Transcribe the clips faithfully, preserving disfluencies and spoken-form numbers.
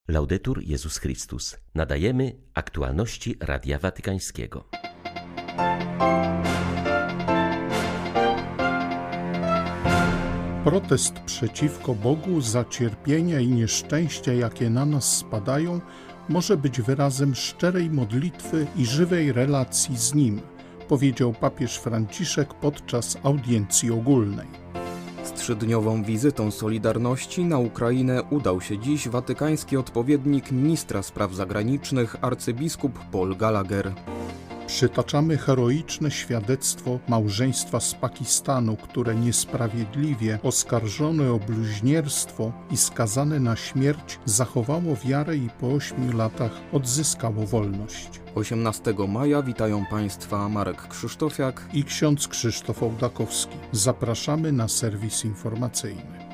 Laudetur Jezus Chrystus. Nadajemy aktualności Radia Watykańskiego. Protest przeciwko Bogu za cierpienia i nieszczęścia, jakie na nas spadają, może być wyrazem szczerej modlitwy i żywej relacji z Nim, powiedział papież Franciszek podczas audiencji ogólnej. Z trzydniową wizytą Solidarności na Ukrainę udał się dziś watykański odpowiednik ministra spraw zagranicznych arcybiskup Paul Gallagher. Przytaczamy heroiczne świadectwo małżeństwa z Pakistanu, które niesprawiedliwie oskarżone o bluźnierstwo i skazane na śmierć zachowało wiarę i po ośmiu latach odzyskało wolność. osiemnastego maja witają Państwa Marek Krzysztofiak i ksiądz Krzysztof Ołdakowski. Zapraszamy na serwis informacyjny.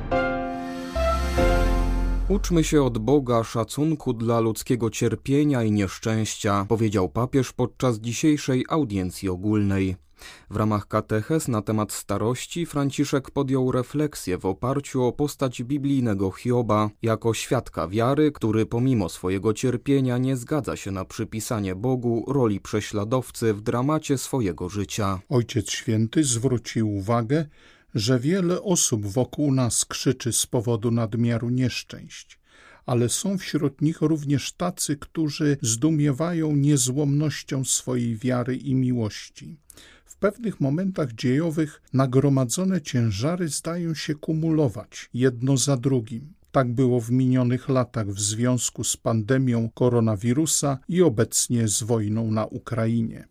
Uczmy się od Boga szacunku dla ludzkiego cierpienia i nieszczęścia, powiedział papież podczas dzisiejszej audiencji ogólnej. W ramach katechez na temat starości Franciszek podjął refleksję w oparciu o postać biblijnego Hioba jako świadka wiary, który pomimo swojego cierpienia nie zgadza się na przypisanie Bogu roli prześladowcy w dramacie swojego życia. Ojciec Święty zwrócił uwagę, że wiele osób wokół nas krzyczy z powodu nadmiaru nieszczęść, ale są wśród nich również tacy, którzy zdumiewają niezłomnością swojej wiary i miłości. W pewnych momentach dziejowych nagromadzone ciężary zdają się kumulować jedno za drugim. Tak było w minionych latach w związku z pandemią koronawirusa i obecnie z wojną na Ukrainie.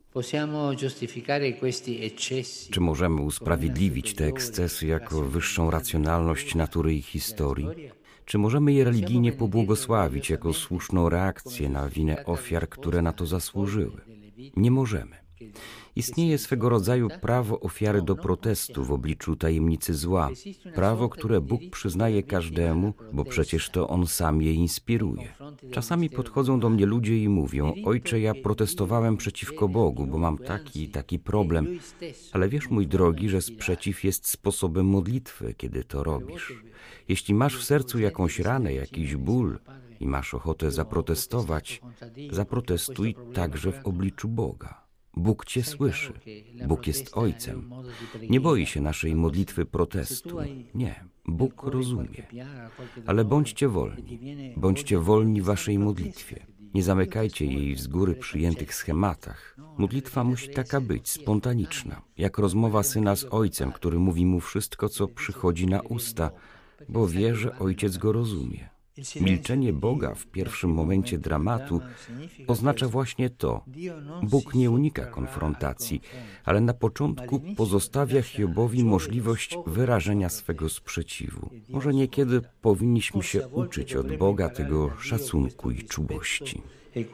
Czy możemy usprawiedliwić te ekscesy jako wyższą racjonalność natury i historii? Czy możemy je religijnie pobłogosławić jako słuszną reakcję na winę ofiar, które na to zasłużyły? Nie możemy. Istnieje swego rodzaju prawo ofiary do protestu w obliczu tajemnicy zła. Prawo, które Bóg przyznaje każdemu, bo przecież to On sam je inspiruje. Czasami podchodzą do mnie ludzie i mówią: ojcze, ja protestowałem przeciwko Bogu, bo mam taki i taki problem. Ale wiesz, mój drogi, że sprzeciw jest sposobem modlitwy, kiedy to robisz. Jeśli masz w sercu jakąś ranę, jakiś ból i masz ochotę zaprotestować, zaprotestuj także w obliczu Boga. Bóg Cię słyszy. Bóg jest Ojcem. Nie boi się naszej modlitwy protestu. Nie, Bóg rozumie. Ale bądźcie wolni. Bądźcie wolni w waszej modlitwie. Nie zamykajcie jej w z góry przyjętych schematach. Modlitwa musi taka być, spontaniczna. Jak rozmowa syna z ojcem, który mówi mu wszystko, co przychodzi na usta, bo wie, że ojciec go rozumie. Milczenie Boga w pierwszym momencie dramatu oznacza właśnie to. Bóg nie unika konfrontacji, ale na początku pozostawia Hiobowi możliwość wyrażenia swego sprzeciwu. Może niekiedy powinniśmy się uczyć od Boga tego szacunku i czułości.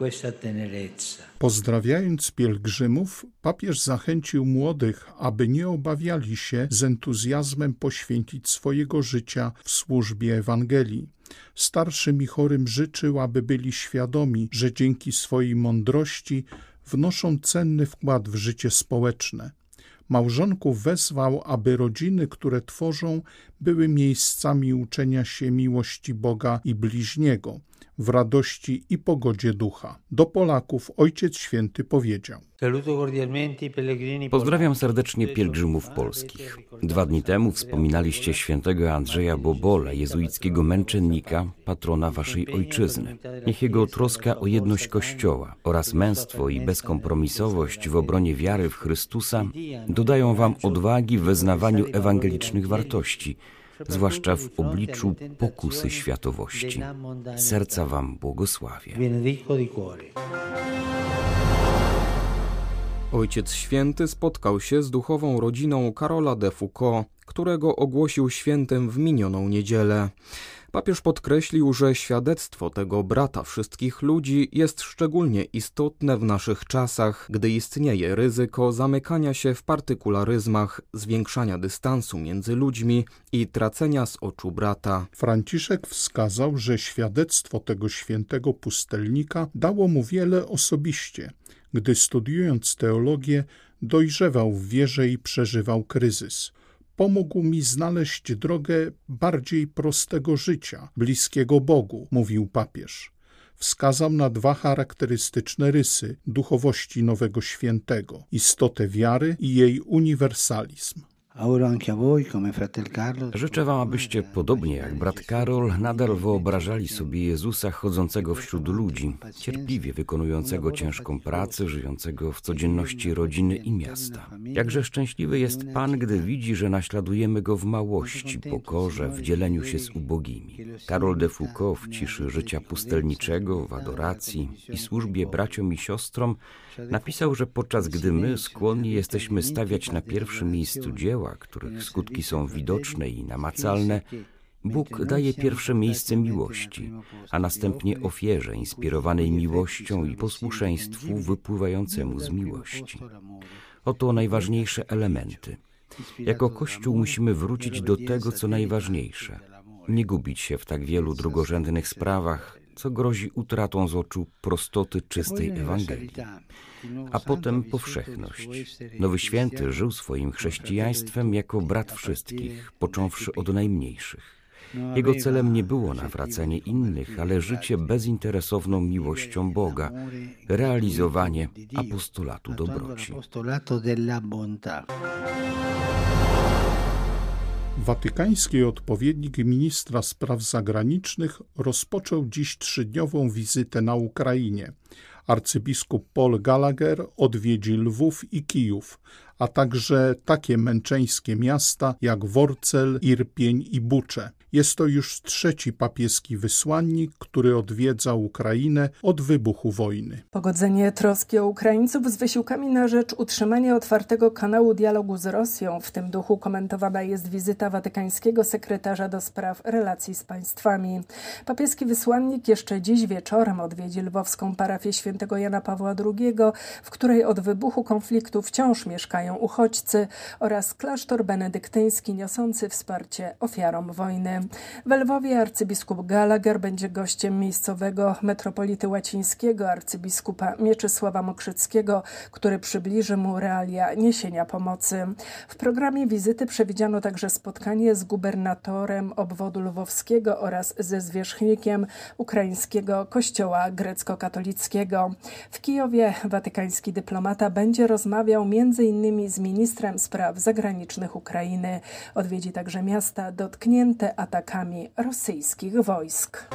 Pozdrawiając pielgrzymów, papież zachęcił młodych, aby nie obawiali się z entuzjazmem poświęcić swojego życia w służbie Ewangelii. Starszym i chorym życzył, aby byli świadomi, że dzięki swojej mądrości wnoszą cenny wkład w życie społeczne. Małżonków wezwał, aby rodziny, które tworzą, były miejscami uczenia się miłości Boga i bliźniego, w radości i pogodzie ducha. Do Polaków Ojciec Święty powiedział: Pozdrawiam serdecznie pielgrzymów polskich. Dwa dni temu wspominaliście świętego Andrzeja Bobola, jezuickiego męczennika, patrona waszej ojczyzny. Niech jego troska o jedność Kościoła oraz męstwo i bezkompromisowość w obronie wiary w Chrystusa dodają wam odwagi w wyznawaniu ewangelicznych wartości, zwłaszcza w obliczu pokusy światowości. Serca wam błogosławię. Ojciec Święty spotkał się z duchową rodziną Karola de Foucault, którego ogłosił świętym w minioną niedzielę. Papież podkreślił, że świadectwo tego brata wszystkich ludzi jest szczególnie istotne w naszych czasach, gdy istnieje ryzyko zamykania się w partykularyzmach, zwiększania dystansu między ludźmi i tracenia z oczu brata. Franciszek wskazał, że świadectwo tego świętego pustelnika dało mu wiele osobiście, gdy studiując teologię dojrzewał w wierze i przeżywał kryzys. pomógł mi znaleźć drogę bardziej prostego życia, bliskiego Bogu, mówił papież. Wskazał na dwa charakterystyczne rysy duchowości Nowego Świętego: istotę wiary i jej uniwersalizm. Życzę wam, abyście, podobnie jak brat Karol, nadal wyobrażali sobie Jezusa chodzącego wśród ludzi, cierpliwie wykonującego ciężką pracę, żyjącego w codzienności rodziny i miasta. Jakże szczęśliwy jest Pan, gdy widzi, że naśladujemy Go w małości, pokorze, w dzieleniu się z ubogimi. Karol de Foucault w ciszy życia pustelniczego, w adoracji i służbie braciom i siostrom napisał, że podczas gdy my skłonni jesteśmy stawiać na pierwszym miejscu dzieła, których skutki są widoczne i namacalne, Bóg daje pierwsze miejsce miłości, a następnie ofierze inspirowanej miłością i posłuszeństwu wypływającemu z miłości. Oto najważniejsze elementy. Jako Kościół musimy wrócić do tego, co najważniejsze. Nie gubić się w tak wielu drugorzędnych sprawach, co grozi utratą z oczu prostoty czystej Ewangelii. A potem powszechność. Nowy Święty żył swoim chrześcijaństwem jako brat wszystkich, począwszy od najmniejszych. Jego celem nie było nawracanie innych, ale życie bezinteresowną miłością Boga, realizowanie apostolatu dobroci. Watykański odpowiednik ministra spraw zagranicznych rozpoczął dziś trzydniową wizytę na Ukrainie. Arcybiskup Paul Gallagher odwiedzi Lwów i Kijów, a także takie męczeńskie miasta jak Worcel, Irpień i Bucze. Jest to już trzeci papieski wysłannik, który odwiedza Ukrainę od wybuchu wojny. Pogodzenie troski o Ukraińców z wysiłkami na rzecz utrzymania otwartego kanału dialogu z Rosją. W tym duchu komentowana jest wizyta watykańskiego sekretarza do spraw relacji z państwami. Papieski wysłannik jeszcze dziś wieczorem odwiedzi lwowską parafię świętego Jana Pawła drugiego, w której od wybuchu konfliktu wciąż mieszkają uchodźcy, oraz klasztor benedyktyński niosący wsparcie ofiarom wojny. W Lwowie arcybiskup Gallagher będzie gościem miejscowego metropolity łacińskiego, arcybiskupa Mieczysława Mokrzyckiego, który przybliży mu realia niesienia pomocy. W programie wizyty przewidziano także spotkanie z gubernatorem obwodu lwowskiego oraz ze zwierzchnikiem ukraińskiego kościoła grecko-katolickiego. W Kijowie watykański dyplomata będzie rozmawiał między innymi z ministrem spraw zagranicznych Ukrainy. Odwiedzi także miasta dotknięte atakami rosyjskich wojsk.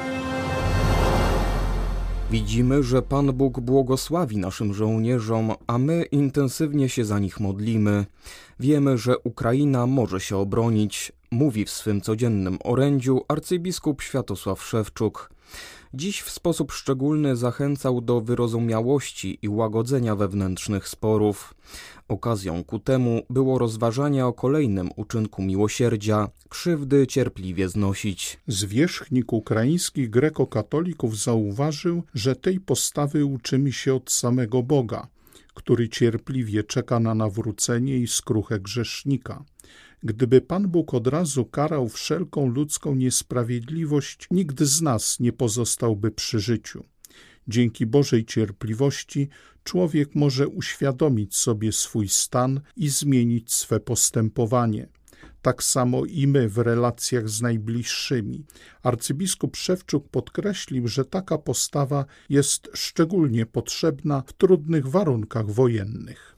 Widzimy, że Pan Bóg błogosławi naszym żołnierzom, a my intensywnie się za nich modlimy. Wiemy, że Ukraina może się obronić, mówi w swym codziennym orędziu arcybiskup Światosław Szewczuk. Dziś w sposób szczególny zachęcał do wyrozumiałości i łagodzenia wewnętrznych sporów. Okazją ku temu było rozważanie o kolejnym uczynku miłosierdzia, krzywdy cierpliwie znosić. Zwierzchnik ukraińskich grekokatolików zauważył, że tej postawy uczymy się od samego Boga, który cierpliwie czeka na nawrócenie i skruchę grzesznika. Gdyby Pan Bóg od razu karał wszelką ludzką niesprawiedliwość, nikt z nas nie pozostałby przy życiu. Dzięki Bożej cierpliwości człowiek może uświadomić sobie swój stan i zmienić swe postępowanie. Tak samo i my w relacjach z najbliższymi. Arcybiskup Szewczuk podkreślił, że taka postawa jest szczególnie potrzebna w trudnych warunkach wojennych.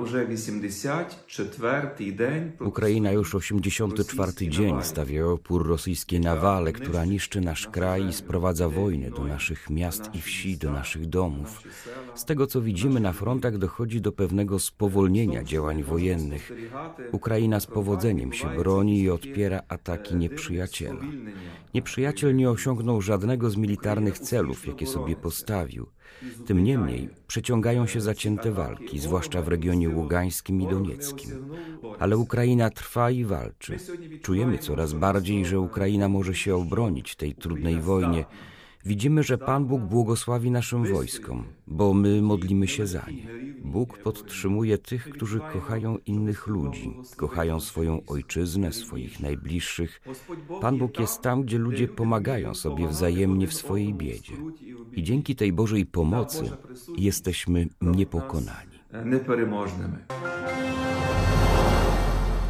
Ukraina już osiemdziesiąty czwarty dzień stawia opór rosyjskiej nawale, która niszczy nasz kraj i sprowadza wojnę do naszych miast i wsi, do naszych domów. Z tego, co widzimy na frontach, dochodzi do pewnego spowolnienia działań wojennych. Ukraina z powodzeniem się broni i odpiera ataki nieprzyjaciela. Nieprzyjaciel nie osiągnął żadnego z militarnych celów, jakie sobie postawił. Tym niemniej przeciągają się zacięte walki, zwłaszcza w regionie ługańskim i donieckim. Ale Ukraina trwa i walczy. Czujemy coraz bardziej, że Ukraina może się obronić w tej trudnej wojnie. Widzimy, że Pan Bóg błogosławi naszym wojskom, bo my modlimy się za nie. Bóg podtrzymuje tych, którzy kochają innych ludzi, kochają swoją ojczyznę, swoich najbliższych. Pan Bóg jest tam, gdzie ludzie pomagają sobie wzajemnie w swojej biedzie. I dzięki tej Bożej pomocy jesteśmy niepokonani.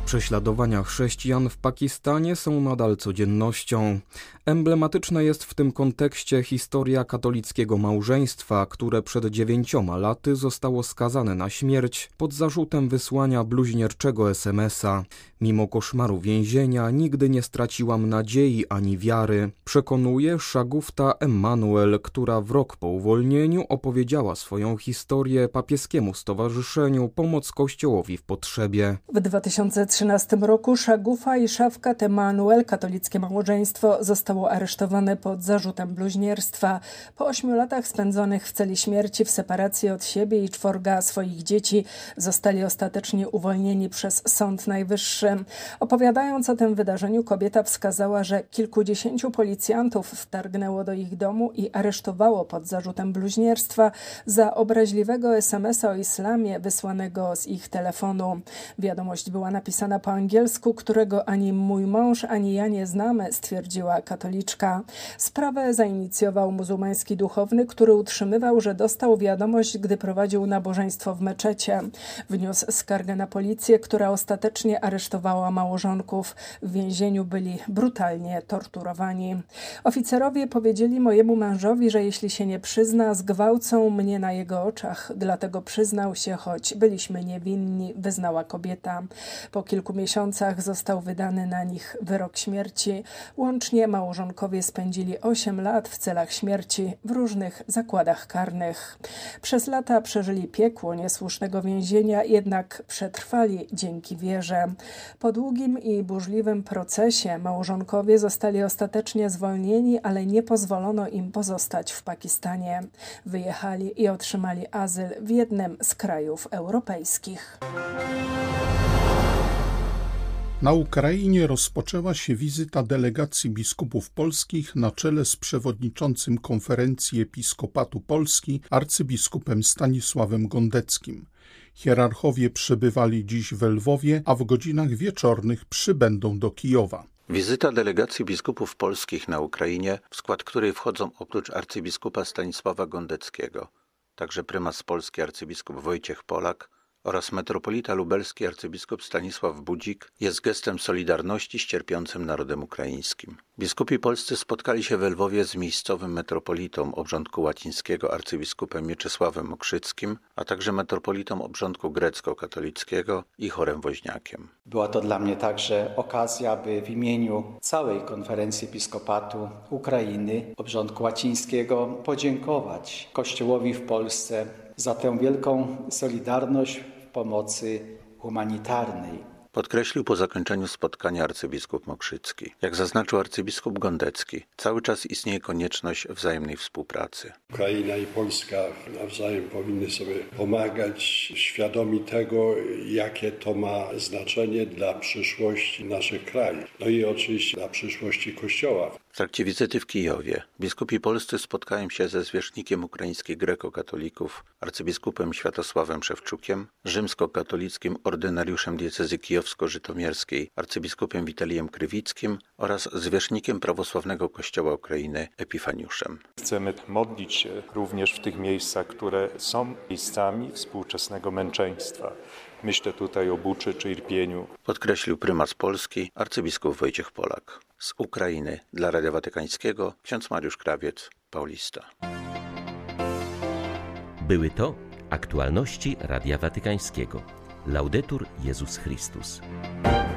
Prześladowania chrześcijan w Pakistanie są nadal codziennością. Emblematyczna jest w tym kontekście historia katolickiego małżeństwa, które przed dziewięcioma laty zostało skazane na śmierć pod zarzutem wysłania bluźnierczego es em es a. Mimo koszmaru więzienia nigdy nie straciłam nadziei ani wiary, przekonuje Szagufta Emmanuel, która w rok po uwolnieniu opowiedziała swoją historię papieskiemu stowarzyszeniu Pomoc Kościołowi w Potrzebie. W dwa tysiące trzynastym roku Szagufa i Szawkat Emmanuel, katolickie małżeństwo, zostało aresztowane pod zarzutem bluźnierstwa. Po ośmiu latach spędzonych w celi śmierci w separacji od siebie i czworga swoich dzieci zostali ostatecznie uwolnieni przez Sąd Najwyższy. Opowiadając o tym wydarzeniu, kobieta wskazała, że kilkudziesięciu policjantów wtargnęło do ich domu i aresztowało pod zarzutem bluźnierstwa za obraźliwego es em es a o islamie wysłanego z ich telefonu. Wiadomość była napisana po angielsku, którego ani mój mąż, ani ja nie znamy, stwierdziła katoliczka. Sprawę zainicjował muzułmański duchowny, który utrzymywał, że dostał wiadomość, gdy prowadził nabożeństwo w meczecie. Wniósł skargę na policję, która ostatecznie aresztowała małżonków. W więzieniu byli brutalnie torturowani. Oficerowie powiedzieli mojemu mężowi, że jeśli się nie przyzna, zgwałcą mnie na jego oczach. Dlatego przyznał się, choć byliśmy niewinni, wyznała kobieta. Po kilku miesiącach został wydany na nich wyrok śmierci. Łącznie małżonkowie spędzili osiem lat w celach śmierci w różnych zakładach karnych. Przez lata przeżyli piekło niesłusznego więzienia, jednak przetrwali dzięki wierze. Po długim i burzliwym procesie małżonkowie zostali ostatecznie zwolnieni, ale nie pozwolono im pozostać w Pakistanie. Wyjechali i otrzymali azyl w jednym z krajów europejskich. Na Ukrainie rozpoczęła się wizyta delegacji biskupów polskich na czele z przewodniczącym Konferencji Episkopatu Polski arcybiskupem Stanisławem Gondeckim. Hierarchowie przebywali dziś w Lwowie, a w godzinach wieczornych przybędą do Kijowa. Wizyta delegacji biskupów polskich na Ukrainie, w skład której wchodzą oprócz arcybiskupa Stanisława Gondeckiego, także prymas polski arcybiskup Wojciech Polak oraz metropolita lubelski arcybiskup Stanisław Budzik, jest gestem solidarności z cierpiącym narodem ukraińskim. Biskupi polscy spotkali się we Lwowie z miejscowym metropolitą obrządku łacińskiego arcybiskupem Mieczysławem Okrzyckim, a także metropolitą obrządku grecko-katolickiego i Chorem Woźniakiem. Była to dla mnie także okazja, by w imieniu całej Konferencji Episkopatu Ukrainy obrządku łacińskiego podziękować Kościołowi w Polsce za tę wielką solidarność w pomocy humanitarnej. Podkreślił po zakończeniu spotkania arcybiskup Mokrzycki. Jak zaznaczył arcybiskup Gondecki, cały czas istnieje konieczność wzajemnej współpracy. Ukraina i Polska nawzajem powinny sobie pomagać, świadomi tego, jakie to ma znaczenie dla przyszłości naszych krajów. No i oczywiście dla przyszłości Kościoła. W trakcie wizyty w Kijowie biskupi polscy spotkają się ze zwierzchnikiem ukraińskich grekokatolików, arcybiskupem Światosławem Szewczukiem, rzymskokatolickim ordynariuszem diecezji kijowsko-żytomierskiej, arcybiskupem Witalijem Krywickim oraz zwierzchnikiem prawosławnego Kościoła Ukrainy Epifaniuszem. Chcemy modlić się również w tych miejscach, które są miejscami współczesnego męczeństwa. Myślę tutaj o Buczy czy Irpieniu. Podkreślił prymas Polski arcybiskup Wojciech Polak. Z Ukrainy dla Radia Watykańskiego ksiądz Mariusz Krawiec, Paulista. Były to aktualności Radia Watykańskiego. Laudetur Jezus Chrystus.